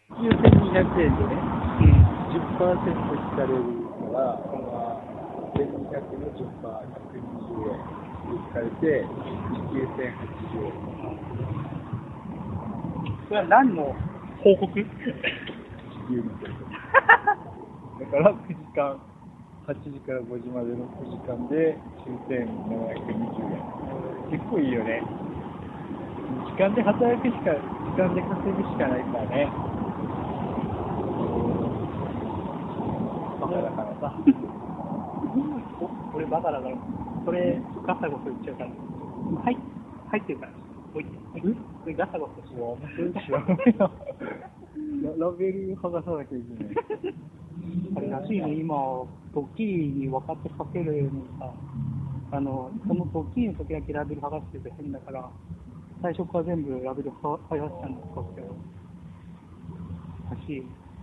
9200円でね、10% 引かれるから、1200の10%、120円引かれて、9080円。 それは何の報告？ だから9時間、8時から5時までの9時間で9720円。結構いいよね。時間で働くしか、時間で稼ぐしかないからね。バカだからさ。 俺バカだから、それガサゴソ言っちゃうから。入ってるから。置いて。これガサゴソしよう。ラベル剥がさなきゃいけない。 あれらしいね、今、ドッキリに分かってかけるのにさ、そのドッキリの時だけラベル剥がしてて変だから、最初から全部ラベル剥がしたんですかって。らしい。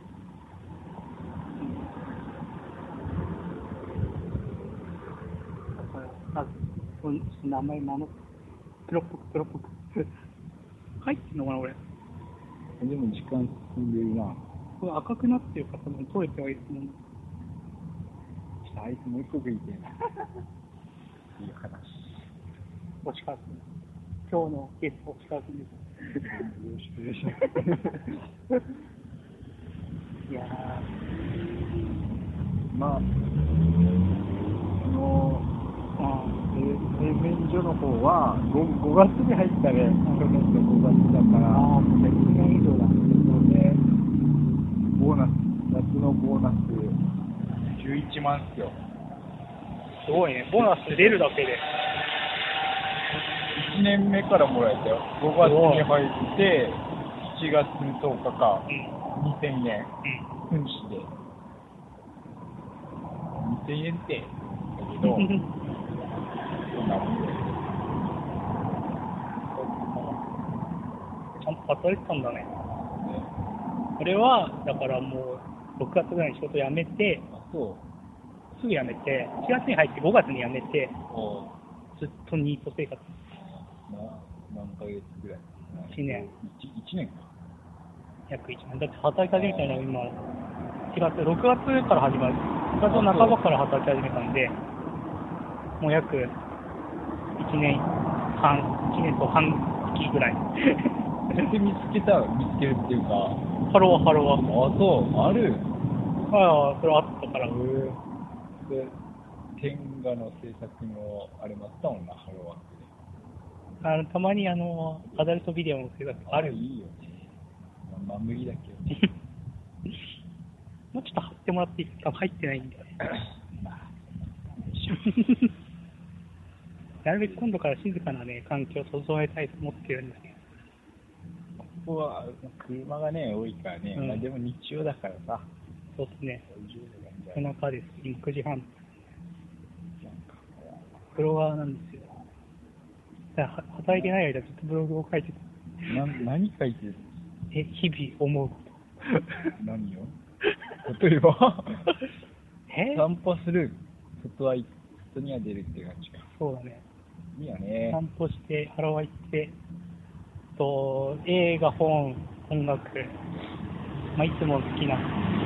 名前名乗ってプロっぽく入ってんのかな俺。 でも時間進んでるな。 これ赤くなってるから多分取れてはいると思う。 あいつもう一個食いてえな。いい話。 星川君、今日のゲスト星川君です。 よろしくお願いします。 いやまあ製麺所の方は 5月に入ったね。去年の5月だから。 1年以上だ。 そうね。ボーナス、夏のボーナス11万っすよ。 すごいね。ボーナス出るだけで。 1年目からもらえたよ。5月に入って7月10日間、2000円。分子で。2000円ってだけど。そんなもんで。 ちゃんと働いてたんだね。これはだからもう6月ぐらいに仕事辞めて、すぐ辞めて、7月に入って5月に辞めて、ずっとニート生活。 何ヶ月ぐらい ？1年。 1年か。 約1年。だって働き始めたのは今、6月から始まる。6月の半ばから働き始めたんで、もう約1年と半月ぐらい。 で見つけるっていうか。 ハロワ。 あ、そう、ある。 ああ、それあったから。 で、天下の制作もありましたもんな、ハロワって。 たまにアダルトビデオの制作ある。 いいよ。まあ、無理だけど。 もうちょっと貼ってもらっていいですか？入ってないんで。なるべく今度から静かなね、環境を整えたいと思ってるんですけど。 ここは車がね、多いからね。まあ、でも日曜だからさ。 そうですね。夜中です。9時半。ブロガーなんですよ。だから働いてない間ずっとブログを書いてた。 何書いてる？ 日々思うこと。 何を？例えば散歩する。外には出るっていう感じか。 そうだね。 いいよね。 散歩して、ハロワ行って、映画、本、音楽、まあ、いつも好きな、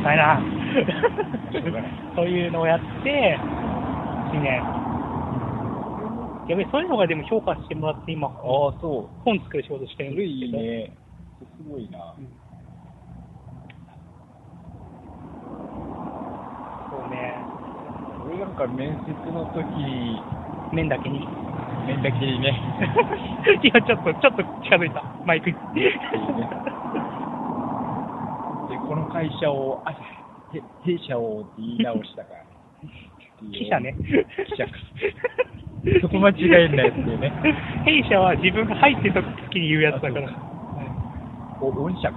そういうのをやって、1年。やべえ、そういうのがでも評価してもらって、今、 そう。 本作る仕事してるんですけど。 いいね。すごいな。 そうね。 俺なんか面接の時面だけにね。 いや、ちょっと近づいた。マイクに。で、 この会社を、弊社をって言い直したから。 記者ね。 記者か。そこ間違えんなやつでね。 弊社は自分が入ってた時に言うやつだから。 御社。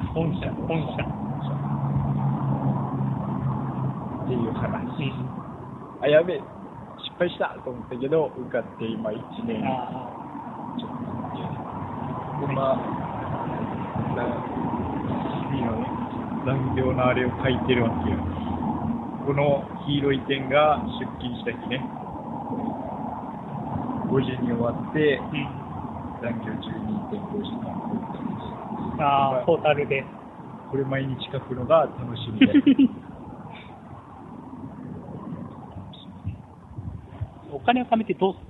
っていう話。やべえ。失敗したと思ったけど、受かって今1年ちょっとなんで、まあ、日々のね、残業のあれを書いてるわけよ。この黄色い点が出勤した日ね。5時に終わって、残業 12.5 時間。 トータルで。 これ毎日書くのが楽しみでお金を貯めてどうす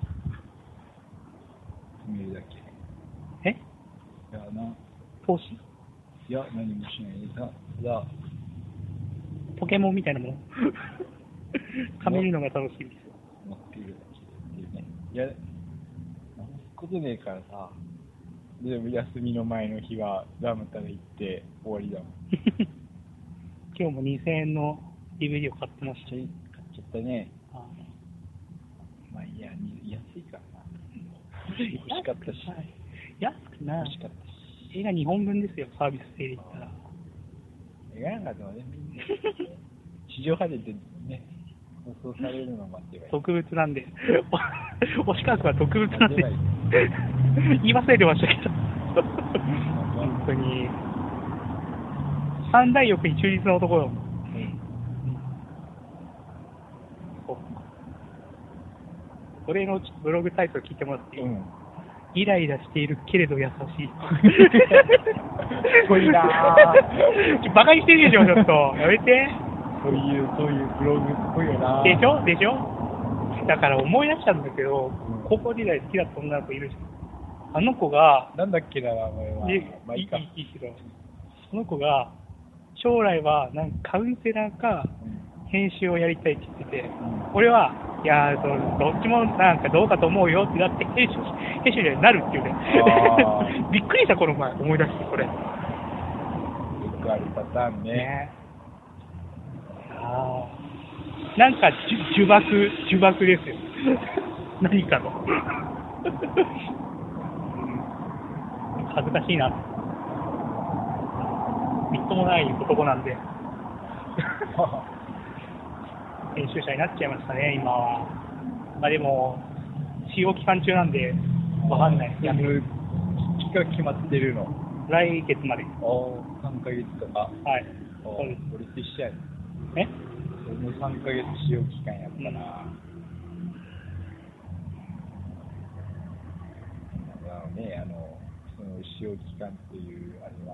る？ 貯めるだけ。 え？ いやな。 投資？ いや、何もしない。ただ、 ポケモンみたいなもの貯めるのが楽しみですよ。 持っているだけっていうね。いや、ことねえからさ、でも休みの前の日はダムタで行って終わりだもん。 今日も2000円の DVD を買ってました。 買っちゃったね。 あまあいや、安いからな。欲しかったし。 安くない。 欲しかったし。 映画2本分ですよ、サービス制で言ったら。 映画なんかでもね、地上波でね、放送されるのを待ってばいい。 特別なんで。推しカークは特別なんで。 待てばいい言い忘れてましたけど。本当に。三大欲に忠実な男よ。俺のブログタイトル聞いてもらっていい？イライラしているけれど優しい。 こいなぁ。バカにしてるでしょ、ちょっと。やめて。 そういうブログっぽいよな。 でしょだから思い出したんだけど、高校時代好きだった女の子いるじゃん。あの子が、 なんだっけな、名前は。まあいいか。 いいけど、その子が、将来はなんかカウンセラーか、編集をやりたいって言ってて、俺は、いやどっちもなんかどうかと思うよってなって編集になるっていうね。びっくりしたこの前思い出してこれ。よくあるパターンね。 なんか呪縛ですよ。何かの。恥ずかしいな。みっともない男なんで。編集者になっちゃいましたね、今は。まあでも、使用期間中なんで、わかんない。 やめる期が決まってるの。 来月まで。 3ヶ月とか。 はい。 俺と一緒やね。 え？ 俺も3ヶ月使用期間やったな。ね、その使用期間っていうあれは。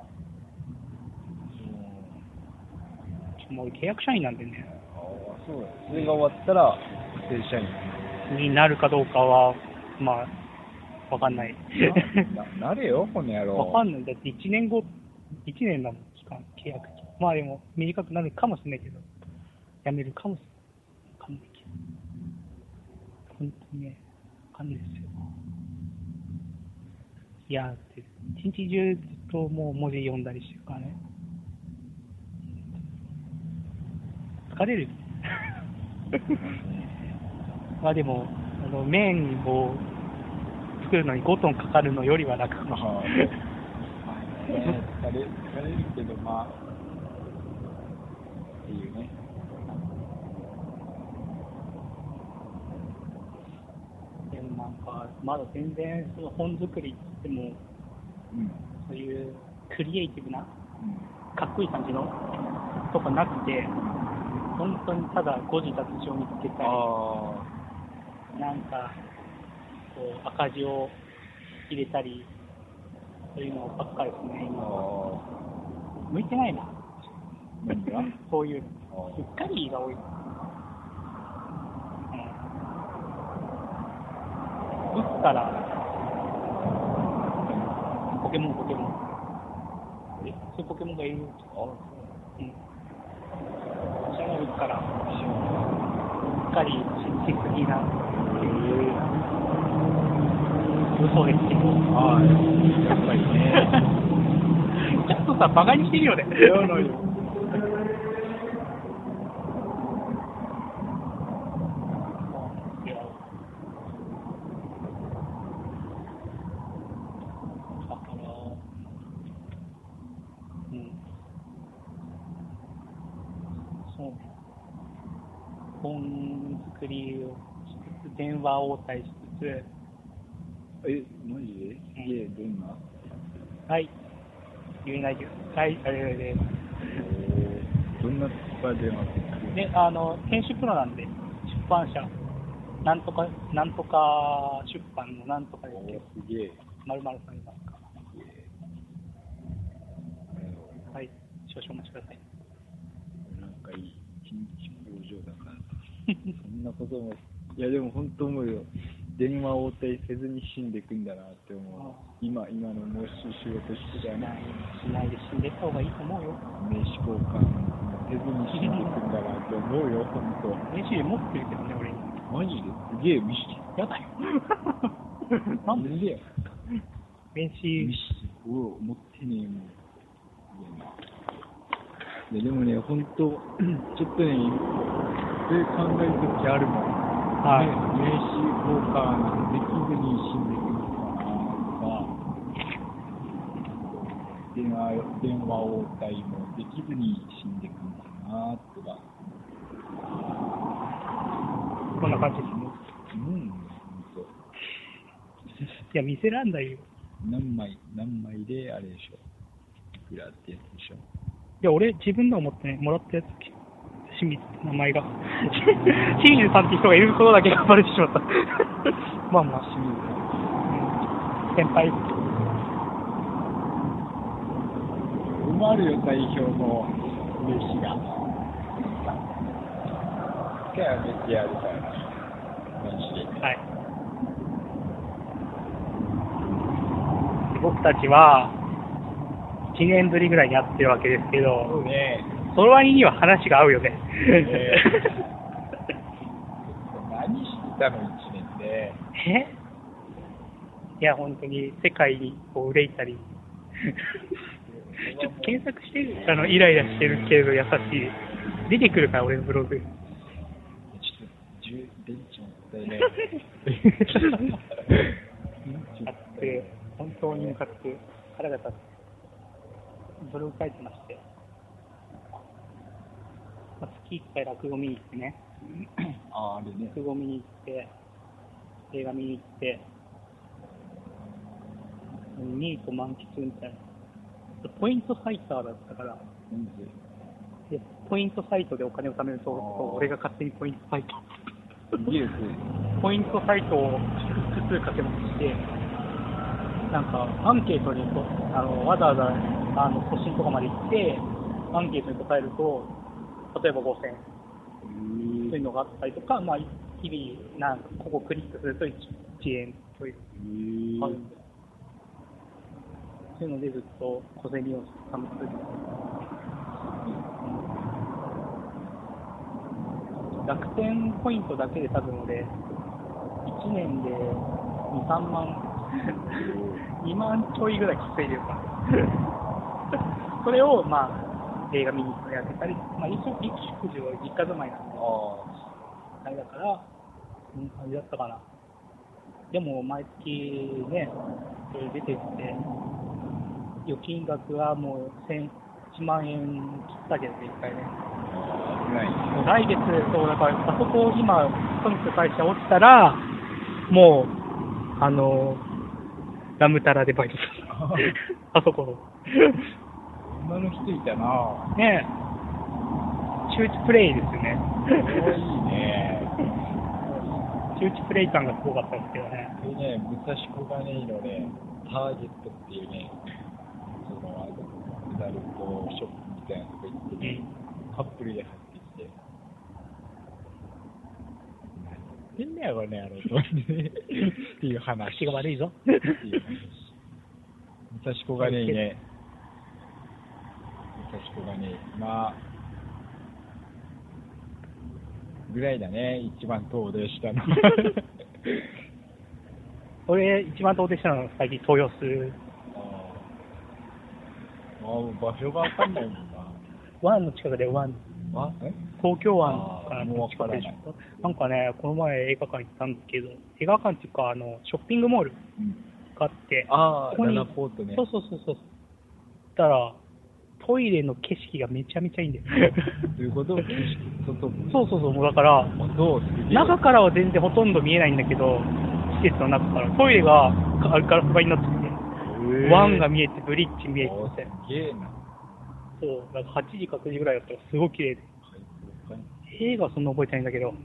もう契約社員なんでね。 そうだ。それが終わったら正社員になるかどうかはまあわかんない。 なれよこの野郎。 わかんない。だって1年だもん期間契約期間。まあでも短くなるかもしれないけど、辞めるかもしれない。わかんないけど。本当にね、わかんないですよ。いやって一日中ずっともう文字読んだりしてるからね。疲れる。まあでも麺を作るのに5トンかかるのよりは楽かもしれない。 疲れるけどまあっていうね。 でもなんかまだ全然その本作りっても、そういうクリエイティブな、かっこいい感じのとかなくて。本当にただ誤字脱字を見つけたり、なんかこう赤字を入れたり、そういうのばっかりですね、今は。向いてないな。 何が？ そういうの。うっかりが多い。打ったら、ポケモン。そういうポケモンがいる。打ったら、うっかりしすぎな嘘ですけど。 やっぱりね。 ちょっとさ、バカにしてるよね。本作りをしつつ、電話応対しつつ。 マジで？どんな？ はい。言えないけど。はい、あれで。 どんな場で電話する？ で、編集プロなんで、出版社、なんとか出版のなんとかですけど、 すげえ。 〇〇さんいますか？はい。 少々お待ちください。 なんかいい一日工場だからそんなことも、いやでも本当思うよ。電話応対せずに死んでいくんだなって思う。今のもし仕事してたらね、 しないで死んでった方がいいと思うよ。 名刺交換せずに死んでいくんだなって思うよ、本当。 名刺持ってるけどね、俺に。 マジですげえ見して。 やだよ。なんでで名刺見してを持ってねえもん。いやでもね、本当ちょっとね、そういう考えるときあるもん。 はい、 名刺交換できずに死んでいくのかなとか、電話応対もできずに死んでいくのかなとか。 こんな感じですね。 本当。 いや、見せらんないよ。 何枚であれでしょ。いくらってやつでしょ。 いや、俺、自分の思ってね、もらったやつ、清水って名前が。清水さんって人がいることだけがバレてしまった。まあまあ、 清水さん。 先輩。 埋まるよ、代表の名刺が。一回はめっちゃやるからな、名刺。 はい。僕たちは、1年ぶりぐらいに会ってるわけですけど、 そうね。 その割には話が合うよね。 何してたの1年で。 いや、本当に世界にこう憂いたり。ちょっと検索してる、イライラしてるけど優しい。出てくるから、俺のブログ。 ちょっと、電池もったいない。 あって、本当に向かって腹が立つ。ブログ書いてまして。月1回落語見に行ってね。 あれね。 落語見に行って、映画見に行って、ニート満喫みたいな。ポイントファイターだったから、でポイントサイトでお金を貯めると、俺が勝手にポイントサイト。ポイントサイトを複数掛け持ちして、なんかアンケートにわざわざ都心とかまで行って、アンケートに答えると、例えば5000円、そういうのがあったりとか、まあ、日々、なんかここクリックすると1円というあるんで、そういうのでずっと小銭を貯め続けて、楽天ポイントだけで多分俺、1年で2、3万、2万ちょいぐらい稼いでるから。それを、まあ、映画見に行くのやってたり、まあ、一応、育児は実家住まいなんで、あれだから、そんな感じだったかな。でも、毎月ね、それ出てって、預金額はもう1万円切ったけどね、1回ね。来月、そうだから、あそこ今、トニック会社落ちたら、もう、ラムタラでバイトする。あそこの。 女の人いたなぁ。 ねえ。周知プレイですよね。 いいね。 周知プレイ感がすごかったですけどね。 これね、武蔵小金井のね、ターゲットっていうね、アダルトショップみたいなとこ行ってね、カップルで入ってきて、何言ってんだよ、これね、とっていう話。 口が悪いぞ。 っていう話。武蔵小金井ね。武蔵小金井。まあ、ぐらいだね、一番遠出したの。 俺、一番遠出したのは最近豊洲。 場所がわかんないもんな。 湾の近くで東京湾からの近くでしょ。なんかね、この前映画館行ったんですけど、映画館っていうか、ショッピングモールがあって、 ここにララポートね。 そう。だから、トイレの景色がめちゃめちゃいいんだよ。 ということ景色、 そう、もうだから、中からは全然ほとんど見えないんだけど、施設の中から、トイレがガラス張りになってて、湾が見えて、ブリッジ見えてて。 すげえな。 そう、だから8時か9時ぐらいだったらすごい綺麗で。映画はそんな覚えてないんだけど、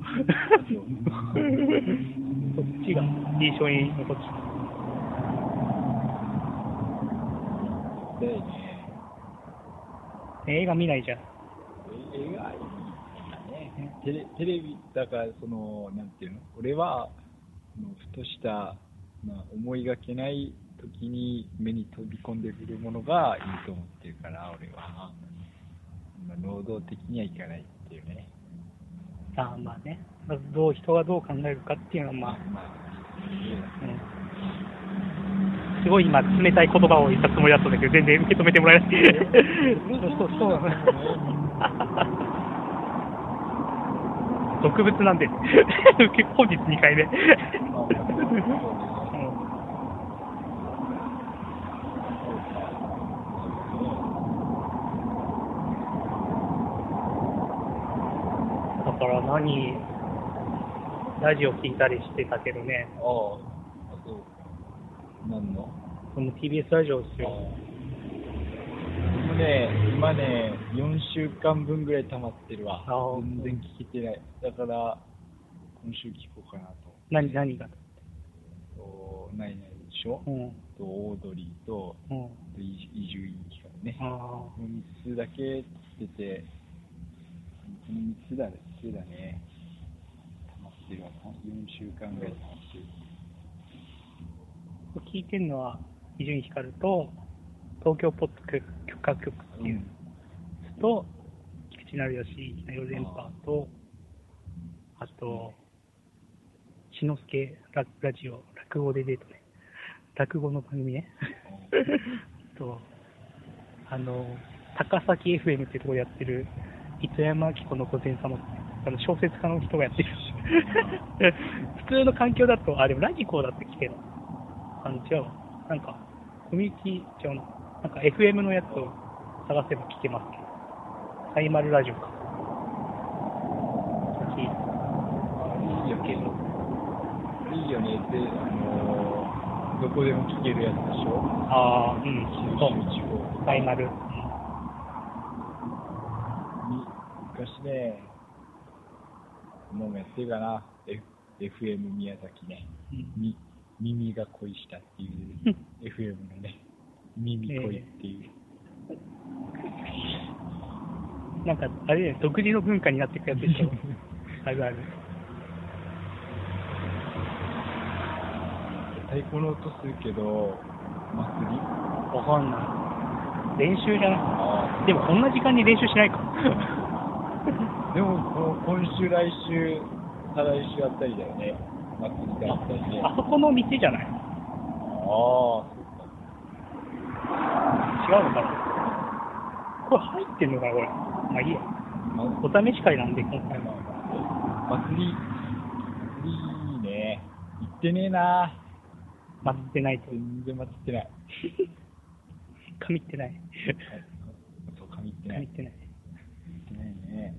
そっちが印象に残ってた。 映画見ないじゃん。 映画いいね。テレビだからなんていうの、俺はふとした、思いがけない時に目に飛び込んでくるものがいいと思ってるから、俺は、能動的にはいかないっていうね。 まあね、まず人がどう考えるかっていうのはすごい今冷たい言葉を言ったつもりだったんだけど、全然受け止めてもらえない。そう毒物なんで本日2回目。だからラジオ聞いたりしてたけどね。 何の？ この TBS ラジオですよ。 今ね、4週間分ぐらい溜まってるわ。全然聞けてない。だから、今週聞こうかなと。 何が？ ないでしょ、とオードリーと、伊集院光ね。この3つだけ出て、この3つだね。溜まってるわな。4週間ぐらい溜まってる。 聞いてるのは伊集院光と東京ポッド許可局っていうと、菊池成吉4連覇と、あと志の輔ラジオ落語でデートね、落語の番組ね。と高崎 FM っていうところでやってる糸山明子の御前様、小説家の人がやってる。普通の環境だと、でもラジコだって聞けるの。違うわ。なんか、コミュニティ違うな。なんか FM のやつを探せば聞けますけど。サイマルラジオか。 いいよねって、どこでも聞けるやつでしょ。 九州地方。サイマル。 昔ね、もうやってるかな。FM 宮崎ね。耳が恋したっていう FM のね、耳恋っていう、 なんかあれね、独自の文化になっていくやつでしょ。ある。 太鼓の音するけど祭り？ わかんない。練習じゃない？でもこんな時間に練習しないか。 でも今週来週再来週あったりだよね。祭りがあったりね。 あそこの店じゃない？ そうか。 違うのかな。これ入ってんのかなこれ。まあいいや。お試し会なんで今回は。 祭りいいね。行ってねえな。 祭ってないと。 全然祭ってない。 神ってない。 そう、神ってない。 神ってない。 行ってないね。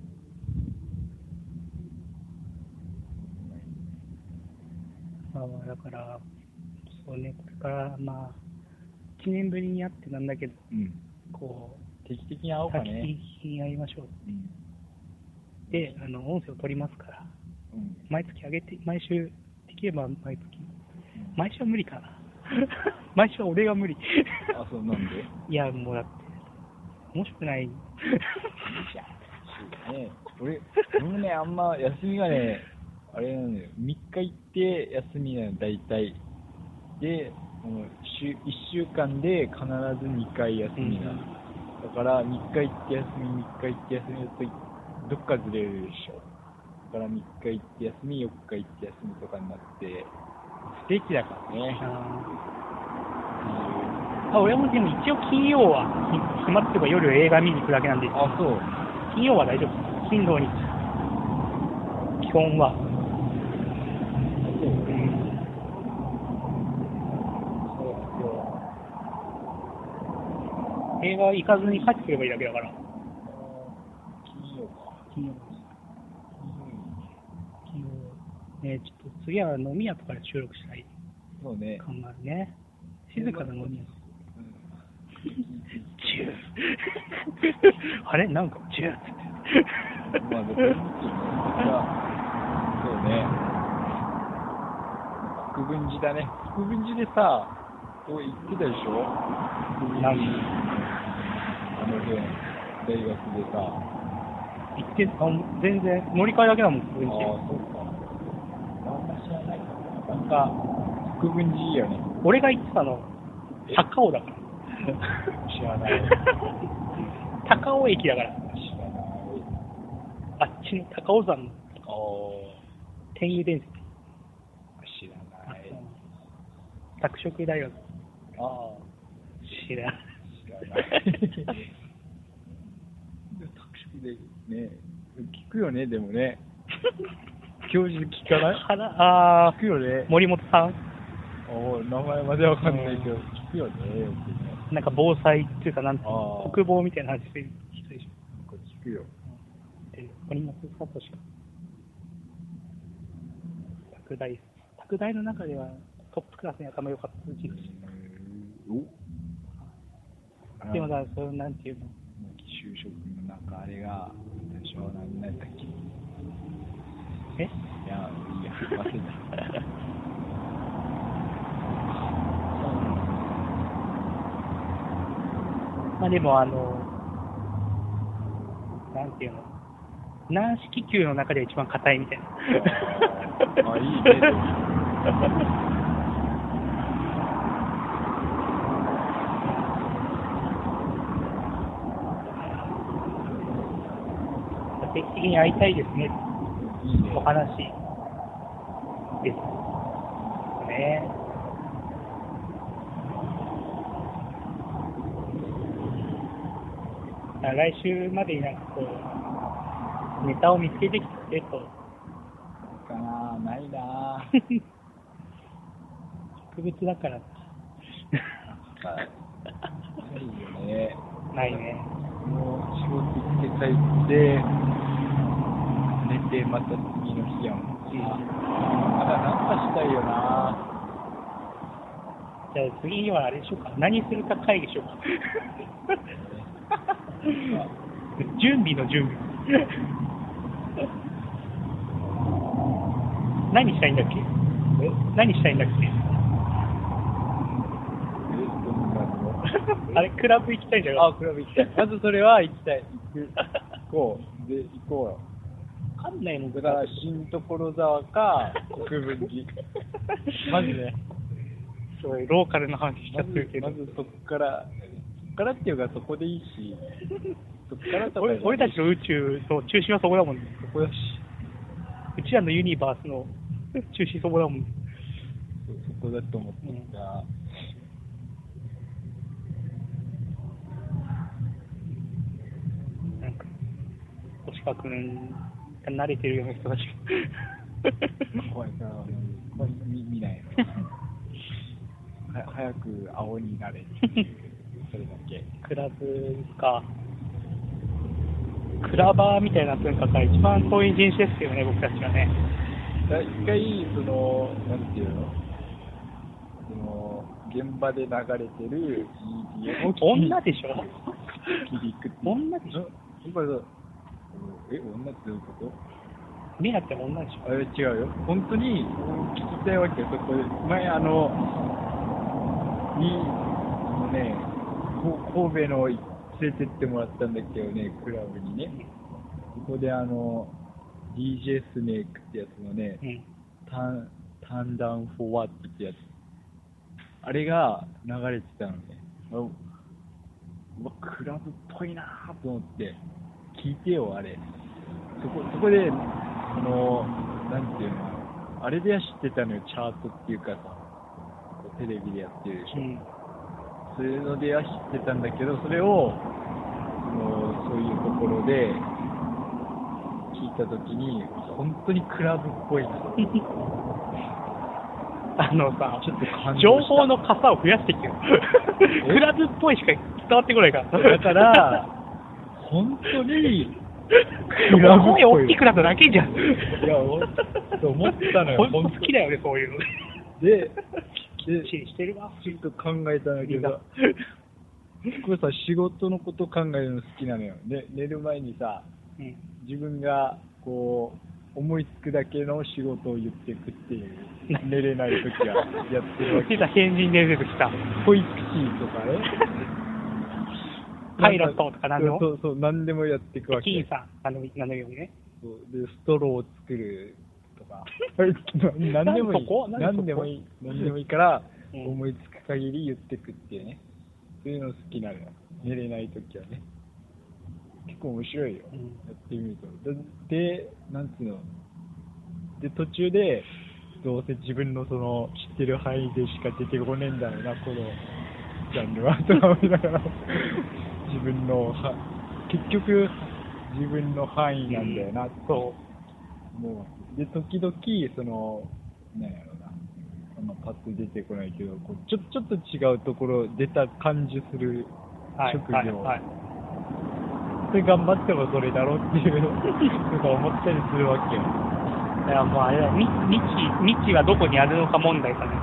だからそうね、これから1年ぶりに会ってなんだけど、こう定期的に会おうかね。 定期的に会いましょう。で、音声を取りますから、毎月上げて、毎週できれば毎月、毎週は無理かな。毎週は俺が無理。 そうなんで？いや、もうだって面白くない。 俺もね、あんま休みがね、あれなのよ、3日行って休みなの、大体。で、1週間で必ず2回休みなの。だから、3日行って休み、3日行って休みだと、どっかずれるでしょ。だから、3日行って休み、4日行って休みとかになって、不定期だからね。 俺もでも一応金曜は暇っていうか夜映画見に行くだけなんで。 そう。 金曜は大丈夫。金土日。基本は。映画行かずに帰ってくればいいだけだから。金曜ね、ちょっと次は飲み屋とかで収録したい。 そうね。 感があるね。静かな飲み屋。ジューあれなんかジューって。 そうね。国分寺だね。国分寺でさ、行ってたでしょ？ 何？ 大学でさ。 行って全然乗り換えだけだもん、国分寺。 ああ、そうか。あんま知らない。なんか、国分寺いいよね。 俺が行ってたの、高尾だから。 知らない。 高尾駅だから。 知らない。 あっちの高尾山の天狗伝説。 知らない。 拓殖大学。 ああ。 知らない。 拓殖でね、聞くよね、でもね。教授聞かない？ ああ、 聞くよね。 森本さん。 名前までわかんないけど、聞くよね。 なんか防災っていうか、なんて国防みたいな話してる人でしょ。 なんか聞くよ。 森本聡か。拓大の中ではトップクラスに頭良かったうちです。でもさ、そうなんていうの？ 就職のなんかあれが、最初は何だったっけ？いや、忘れた。 まあでもなんていうの？軟式球の中で一番硬いみたいな。 あ、いいね。 定期的に会いたいですね。 いいね。 お話ですね。来週までになんかこうネタを見つけてきてと。 かな、ないな。 特別だから。 ないよね。 ないね。 もう仕事行って帰って寝てまた次の日やもん。まだなんかしたいよな。 じゃあ次はあれでしょうか。何するか会議しようか。準備の準備。何したいんだっけ？何したいんだっけ？あれクラブ行きたいじゃん。 あ、クラブ行きたい。まずそれは行きたい。行こう。で、行こうよ。 わかんないもん。 だから新所沢か国分寺。マジね。 そういうローカルな話しちゃってるけど。 まずそっからっていうかそこでいいし。そっからとか俺たちの宇宙の中心はそこだもんね。 そこだし。 うちらのユニバースの中心そこだもんね。 そこだと思ってた。 なんか星川君が慣れてるような人たち怖いから見ないの。早く青になれ。それだけ。 クラブか。クラバーみたいな文化が一番遠い人種ですよね、僕たちはね。 一回なんていうの、現場で流れてる EDM を女でしょ？ 聞きに行くって。 女でしょ？ 女ってどういうこと？ 目当ては女でしょ？ あれ違うよ。本当に聞きたいわけよ。そこで前神戸の連れてってもらったんだけどね、クラブにね。そこでDJ スネークってやつのね、ターンダウンフォーワッドってやつ。あれが流れてたのね。クラブっぽいなと思って、聞いてよ、あれ。そこで、なんていうの、あれでは知ってたのよ、チャートっていうかさ、テレビでやってるでしょ。そういうのでは知ってたんだけど、それを、そういうところで聞いたときに、本当にクラブっぽいな。 さ、 ちょっと情報の傘を増やしてきてよ。クラブっぽいしか伝わってこないから。 だから、本当に、 クラブっぽい。声大きくなっただけじゃん。 いや、思ったのよ。 本当好きだよね、そういうの。 で、 してるわ。 ちょっと考えたんだけど、これさ、仕事のこと考えるの好きなのよ。で、寝る前にさ、自分がこう思いつくだけの仕事を言っていくっていう、寝れないときはやってるわけ。 変人伝説来た。 保育士とかね。 パイロットとか何でも。 そう、何でもやっていくわけ。 駅員さん、何のようにね。 そうで、ストローを作るとか、何でもいい。何でもいいから、思いつく限り言ってくっていうね。そういうの好きなのよ。寝れないときはね。結構面白いよ。やってみると。で、なんつうの。で、途中で、どうせ自分のその知ってる範囲でしか出てこねえんだろうな、このジャンルはとか思いながら、自分の結局自分の範囲なんだよな、もうで時々そのなんやろうな、パッと出てこないけど、こうちょっと違うところ出た感じする職業、それ頑張ってもそれだろうっていうのとか思ったりするわけよ。 いやもうあれだ、未知はどこにあるのか問題かね。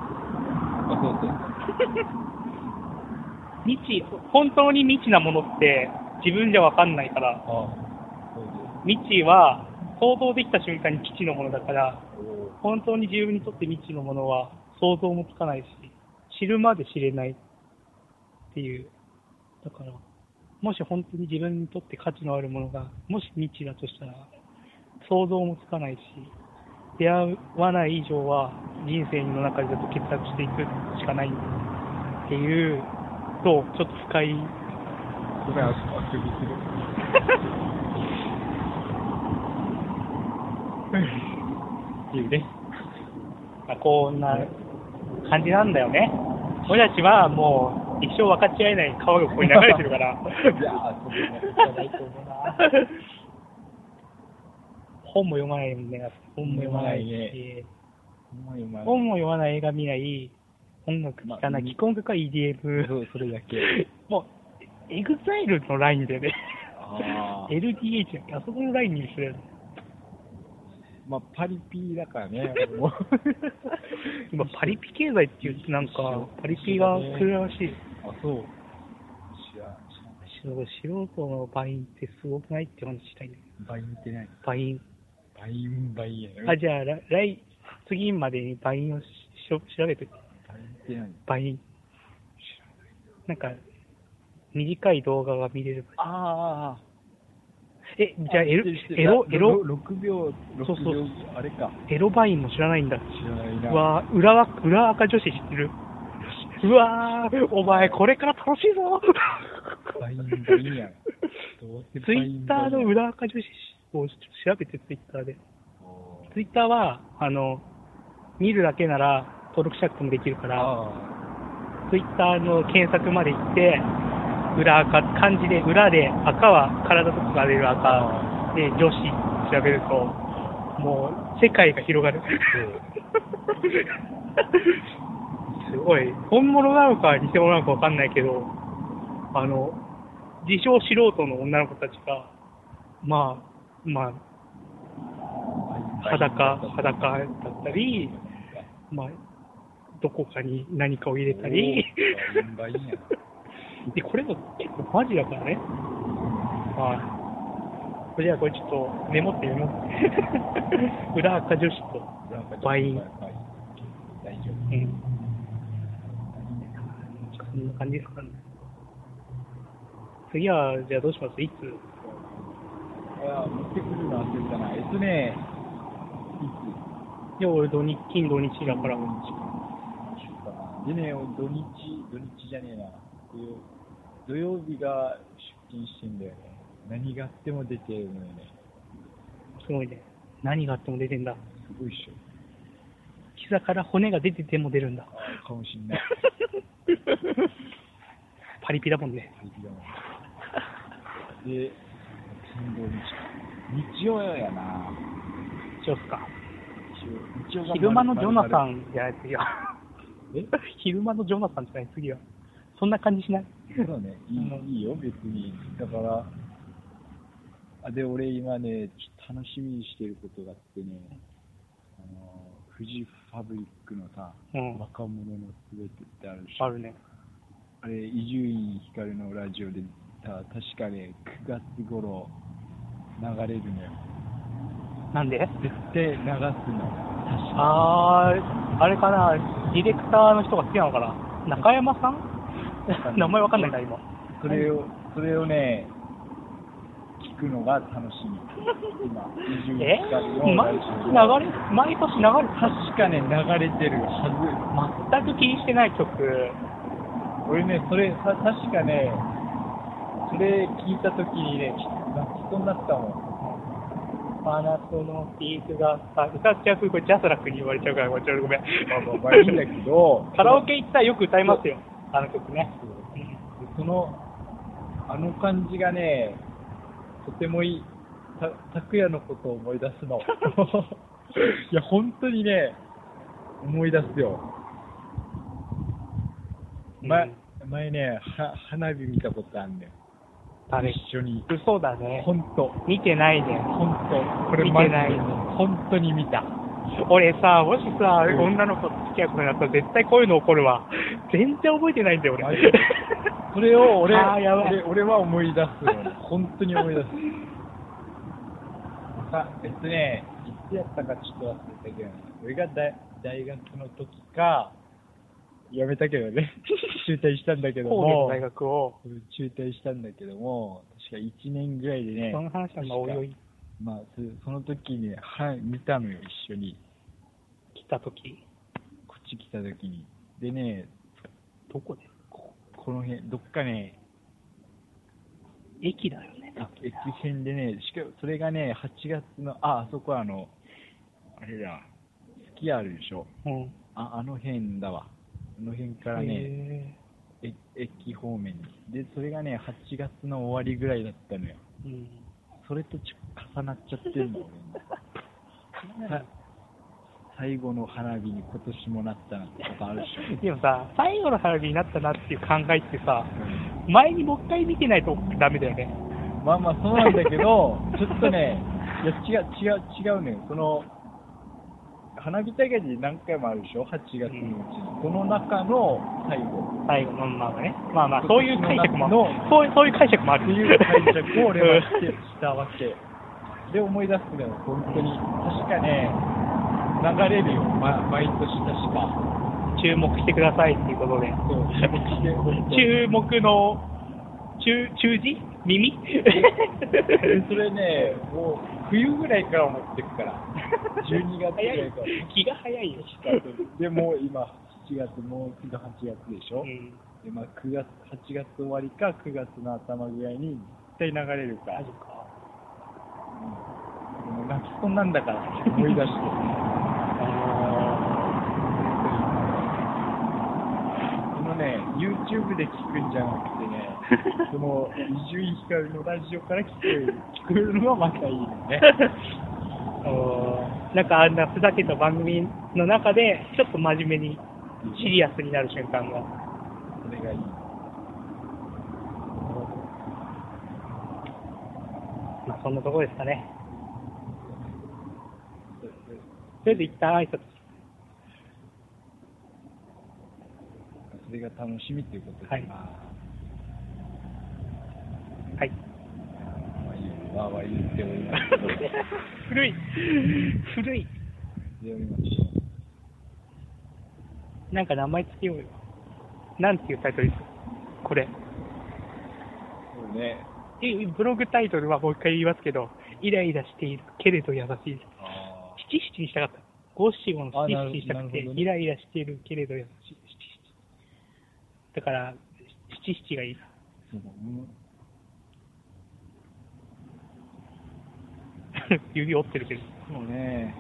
本当に未知なものって自分じゃ分かんないから、未知は想像できた瞬間に基地のものだから、本当に自分にとって未知のものは想像もつかないし、知るまで知れないっていう。だから、もし本当に自分にとって価値のあるものが、もし未知だとしたら、想像もつかないし、出会わない以上は人生の中でずっと結託していくしかないっていうと、ちょっと深い。 ごめん、あくびする。っていうね。 こんな感じなんだよね。俺たちはもう一生分かち合えない川がここに流れてるから。いやー、そうね。ないと思うな。本も読まないもんね。本も読まないし、本も読まない、映画見ない、音楽聴かない、聴く音楽は EDM。 それだけ。 もう、EXILE のラインでね。LDH だっけ、あそこのラインにする。 まあ、パリピだからね。 今、パリピ経済って言って、なんか、パリピが来るらしい。 あ、そう。 素人のバインってすごくないって話したいんだけど。 バインって何？ バインやな。 じゃあ、次までにバインを調べて。 バインって何？ バイン。なんか、短い動画が見れる。 ああ。 じゃあ、6 秒、 そう、 あれか。 エロバインも知らないんだ。 知らないな。 うわー、裏垢女子知ってる？うわー、お前これから楽しいぞ。 バインやん。 ツイッターの裏垢女子を調べて、ツイッターで。ツイッターは、見るだけなら登録しなくてもできるから、ツイッターの検索まで行って、裏垢、漢字で裏で、赤は体とかが出る赤で、女子調べると、もう世界が広がる。すごい。本物なのか偽物なのかわかんないけど、自称素人の女の子たちが、まあ、裸だったり、まあ、どこかに何かを入れたり、で、これも結構マジだからね。はい。じゃあこれちょっとメモってみます。裏垢女子とバイン。 大丈夫。 こんな感じですかね。次は、じゃあどうします？いつ？ いや、持ってくるの忘れたな。いつ？ いや、俺金土日だから。 でね、土日じゃねえな。土曜日が出勤してんだよね。何があっても出てるのよね。 すごいね。何があっても出てんだ。 すごいっしょ。 膝から骨が出てても出るんだ。 かもしんない。 パリピだもんね。 パリピだもん。で、金土日。日曜やな。 日曜っすか。 昼間のジョナサンじゃない次は。昼間のジョナサンじゃない次は。そんな感じしない？ そうね、いいよ、別に。だから、で、俺今ね、ちょっと楽しみにしてることがあってね、フジファブリックのさ、若者のすべてってあるし。 あるね。 あれ、伊集院光のラジオで確かね、9月頃流れるのよ。 なんで？ 絶対流すの。 あれかな、ディレクターの人が好きなのかな、中山さん名前わかんないな、今。 それをそれをね、聞くのが楽しみ。今、移住企画のラジオ毎年流れ確かね、流れてるは全く気にしてない曲。 俺ね、それ、確かね、それ聞いたときにね、泣きそうになったもん。 パナソのピークが、歌っちゃう、これジャスラックに言われちゃうから、ごめん。 まあいいんだけど、 カラオケ行ったらよく歌いますよ、あの曲ね。 あの感じがね、とてもいい。拓也のことを思い出すの。いや、本当にね、思い出すよ。前ね、花火見たことあるんだよ。一緒に。 嘘だね。 本当。 見てないね。 本当。これ見てないね。 本当に見た。 俺さ、もしさ、女の子と付き合うことになったら絶対こういうの起こるわ。全然覚えてないんだよ、俺。 それを俺は思い出すの。本当に思い出す。いつやったかちょっと忘れたけど、俺が大学の時か、やめたけどね、中退したんだけども、 神戸の大学を中退したんだけども、確か1年ぐらいでね、 その話はおいおい。 まあ、その時に、見たのよ、一緒に。 来た時こっち来た時に。でね、 どこでこの辺、どっかね、 駅だよね。 駅辺でね、しかもそれがね、8月の、あそこはあれだ、スキーあるでしょ。 うん。 あの辺だわ。あの辺からね、駅方面に。で、それがね、8月の終わりぐらいだったのよ。 うん。 それと重なっちゃってるの、俺最後の花火に今年もなったなってことあるでしょ。 でもさ、最後の花火になったなっていう考えってさ、前にもう一回見てないとダメだよね。 まあまあそうなんだけど、ちょっとね、いや違うね。その花火大会で何回もあるでしょ、8月のうちに。その中の最後のまあね。まあそういう解釈もそういう解釈もある。 っていう解釈を俺はしたわけ。で思い出すけど、本当に確かね、流れるよ、毎年確か。 注目してくださいっていうことで。 そう注目の中字耳それね、もう冬ぐらいから思ってくから12月ぐらいから気が早いよ。 でも今7月、もうすぐ8月でしょ、 うん、 でまあ、8月終わりか9月の頭ぐらいに絶対流れるから、 マジか、 もう泣きそうなんだから思い出してYouTube で聞くんじゃなくてね、その伊集院光のラジオから聞くのがまたいいよね。 なんかあんなふざけた番組の中でちょっと真面目にシリアスになる瞬間が、 それがいい。 まあそんなところですかね。とりあえず一旦挨拶。 それが楽しみということです。 はい。はい。 わーわー言っております。 古い。 でおりますよ。 なんか名前つけようよ。なんていうタイトルですかこれ。 そうね。 ブログタイトルはもう一回言いますけど、イライラしているけれど優しいです。七七にしたかった。五七五の七七にしたくて、イライラしているけれど優しい。だから、七七がいい。指折ってるけど。 そうね。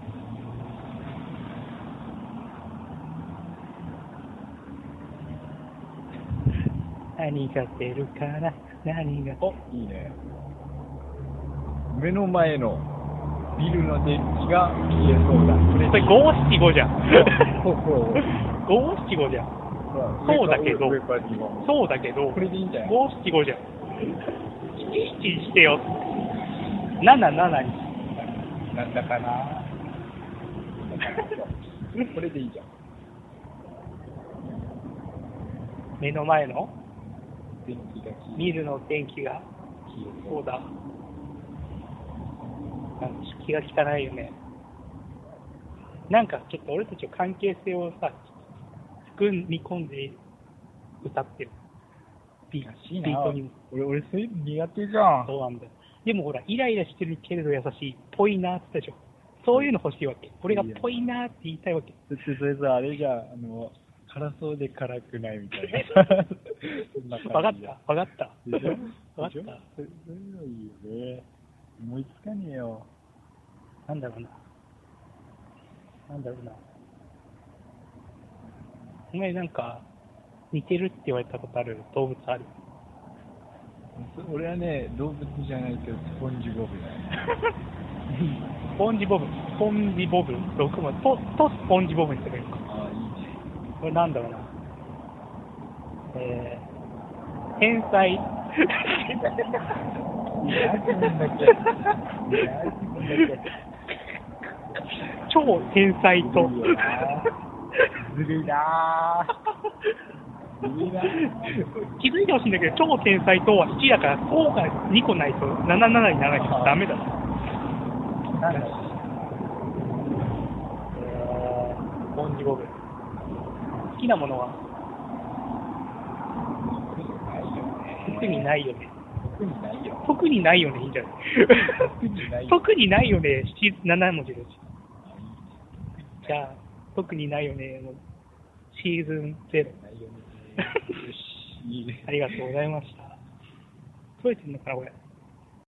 何が出るかな、何が。 お、いいね。目の前のビルの電気が消えそうだ。 それ五七五じゃん。五七五じゃん。そうだけど、 これでいいんじゃない？ 五七五じゃん。七七してよ。七七に。 なんだかな。これでいいじゃん。 目の前の電気がビルの電気が消えそうだ。気が利かないよね。なんかちょっと俺たちの関係性をさ、組み込んで歌ってる。 ビらしいな。 ートにも。 俺そういうの苦手じゃん。 そうなんだよ。でもほら、イライラしてるけれど優しい、ぽいなって言ったでしょ。そういうの欲しいわけ。俺がぽいなって言いたいわけ。 そしてそれさ、あれじゃん、辛そうで辛くないみたいな。そんなわかっ感じじゃんた、わかった。 でしょわかった。 そういうのいいよね。思いつかねえよ。 なんだろうな。なんだろうな。お前なんか、似てるって言われたことある動物ある？ 俺はね、動物じゃないけど、スポンジボブだね。 スポンジボブ、スポンジボブ、6文字とスポンジボブにするのか。 ああ、いいね。 これなんだろうな。天才。超天才と。 ずるいな気づいてほしいんだけど、超天才とは1だから、項が2個ないと77にならないとダメだ。 なんだろスポンジボブ。好きなものは特にないよね。 特にないよ。 特にないよね、いいんじゃない？特にないよね、7文字です。じゃあ、特にないよね、シーズン0。 ないよね。よし、いいね。 ありがとうございました。取れてるのかな、これ。